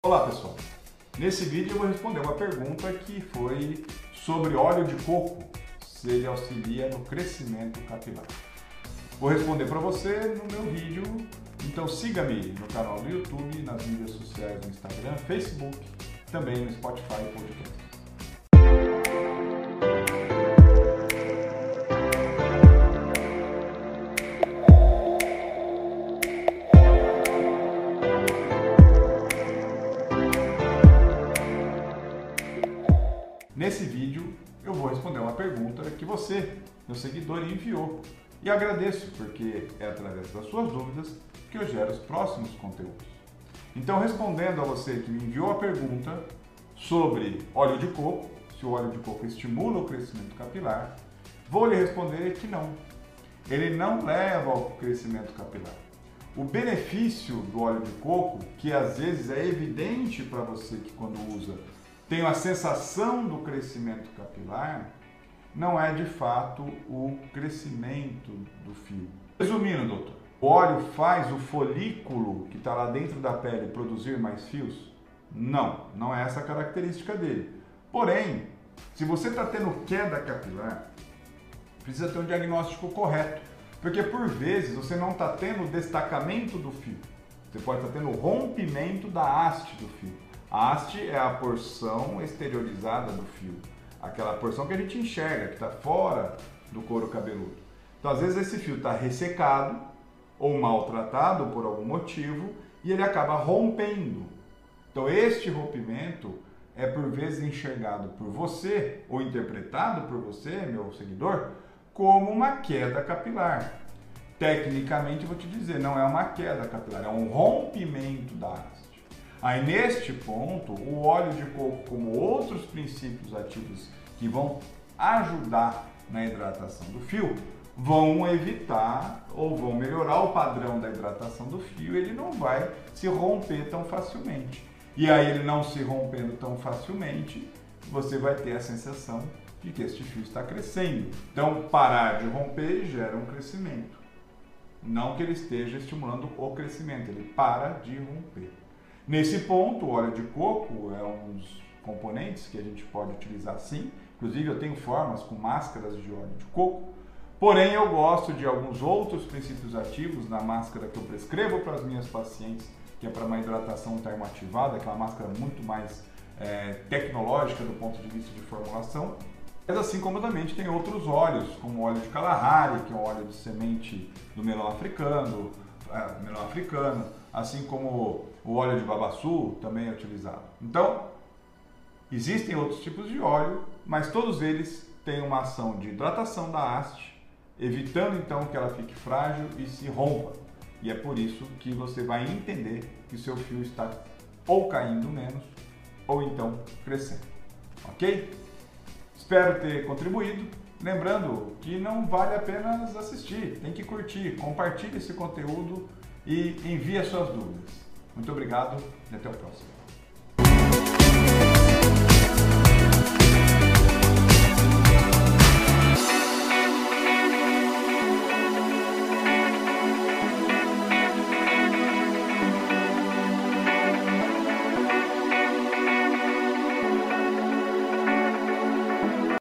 Olá pessoal, nesse vídeo eu vou responder uma pergunta que foi sobre óleo de coco, se ele auxilia no crescimento capilar. Vou responder para você no meu vídeo, então siga-me no canal do YouTube, nas mídias sociais no Instagram, Facebook, também no Spotify e Podcast. Nesse vídeo eu vou responder uma pergunta que você, meu seguidor, enviou. E agradeço, porque é através das suas dúvidas que eu gero os próximos conteúdos. Então, respondendo a você que me enviou a pergunta sobre óleo de coco, se o óleo de coco estimula o crescimento capilar, vou lhe responder que não. Ele não leva ao crescimento capilar. O benefício do óleo de coco, que às vezes é evidente para você que quando usa tem a sensação do crescimento capilar, não é de fato o crescimento do fio. Resumindo, doutor, o óleo faz o folículo que está lá dentro da pele produzir mais fios? Não, não é essa a característica dele. Porém, se você está tendo queda capilar, precisa ter um diagnóstico correto, porque por vezes você não está tendo destacamento do fio, você pode estar tendo rompimento da haste do fio. A haste é a porção exteriorizada do fio, aquela porção que a gente enxerga, que está fora do couro cabeludo. Então, às vezes, esse fio está ressecado ou maltratado por algum motivo e ele acaba rompendo. Então, este rompimento é por vezes enxergado por você ou interpretado por você, meu seguidor, como uma queda capilar. Tecnicamente, vou te dizer, não é uma queda capilar, é um rompimento da haste. Aí, neste ponto, o óleo de coco, como outros princípios ativos que vão ajudar na hidratação do fio, vão evitar ou vão melhorar o padrão da hidratação do fio, ele não vai se romper tão facilmente. E aí, ele não se rompendo tão facilmente, você vai ter a sensação de que este fio está crescendo. Então, parar de romper gera um crescimento. Não que ele esteja estimulando o crescimento, ele para de romper. Nesse ponto, o óleo de coco é um dos componentes que a gente pode utilizar sim. Inclusive, eu tenho formas com máscaras de óleo de coco. Porém, eu gosto de alguns outros princípios ativos na máscara que eu prescrevo para as minhas pacientes, que é para uma hidratação termoativada, aquela máscara muito mais tecnológica do ponto de vista de formulação. Mas assim como também tem outros óleos, como o óleo de Kalahari, que é um óleo de semente do melão africano, assim como o óleo de babaçu também é utilizado. Então, existem outros tipos de óleo, mas todos eles têm uma ação de hidratação da haste, evitando então que ela fique frágil e se rompa. E é por isso que você vai entender que o seu fio está ou caindo menos ou então crescendo. Ok? Espero ter contribuído. Lembrando que não vale apenas assistir, tem que curtir, compartilhe esse conteúdo e envie as suas dúvidas. Muito obrigado e até o próximo.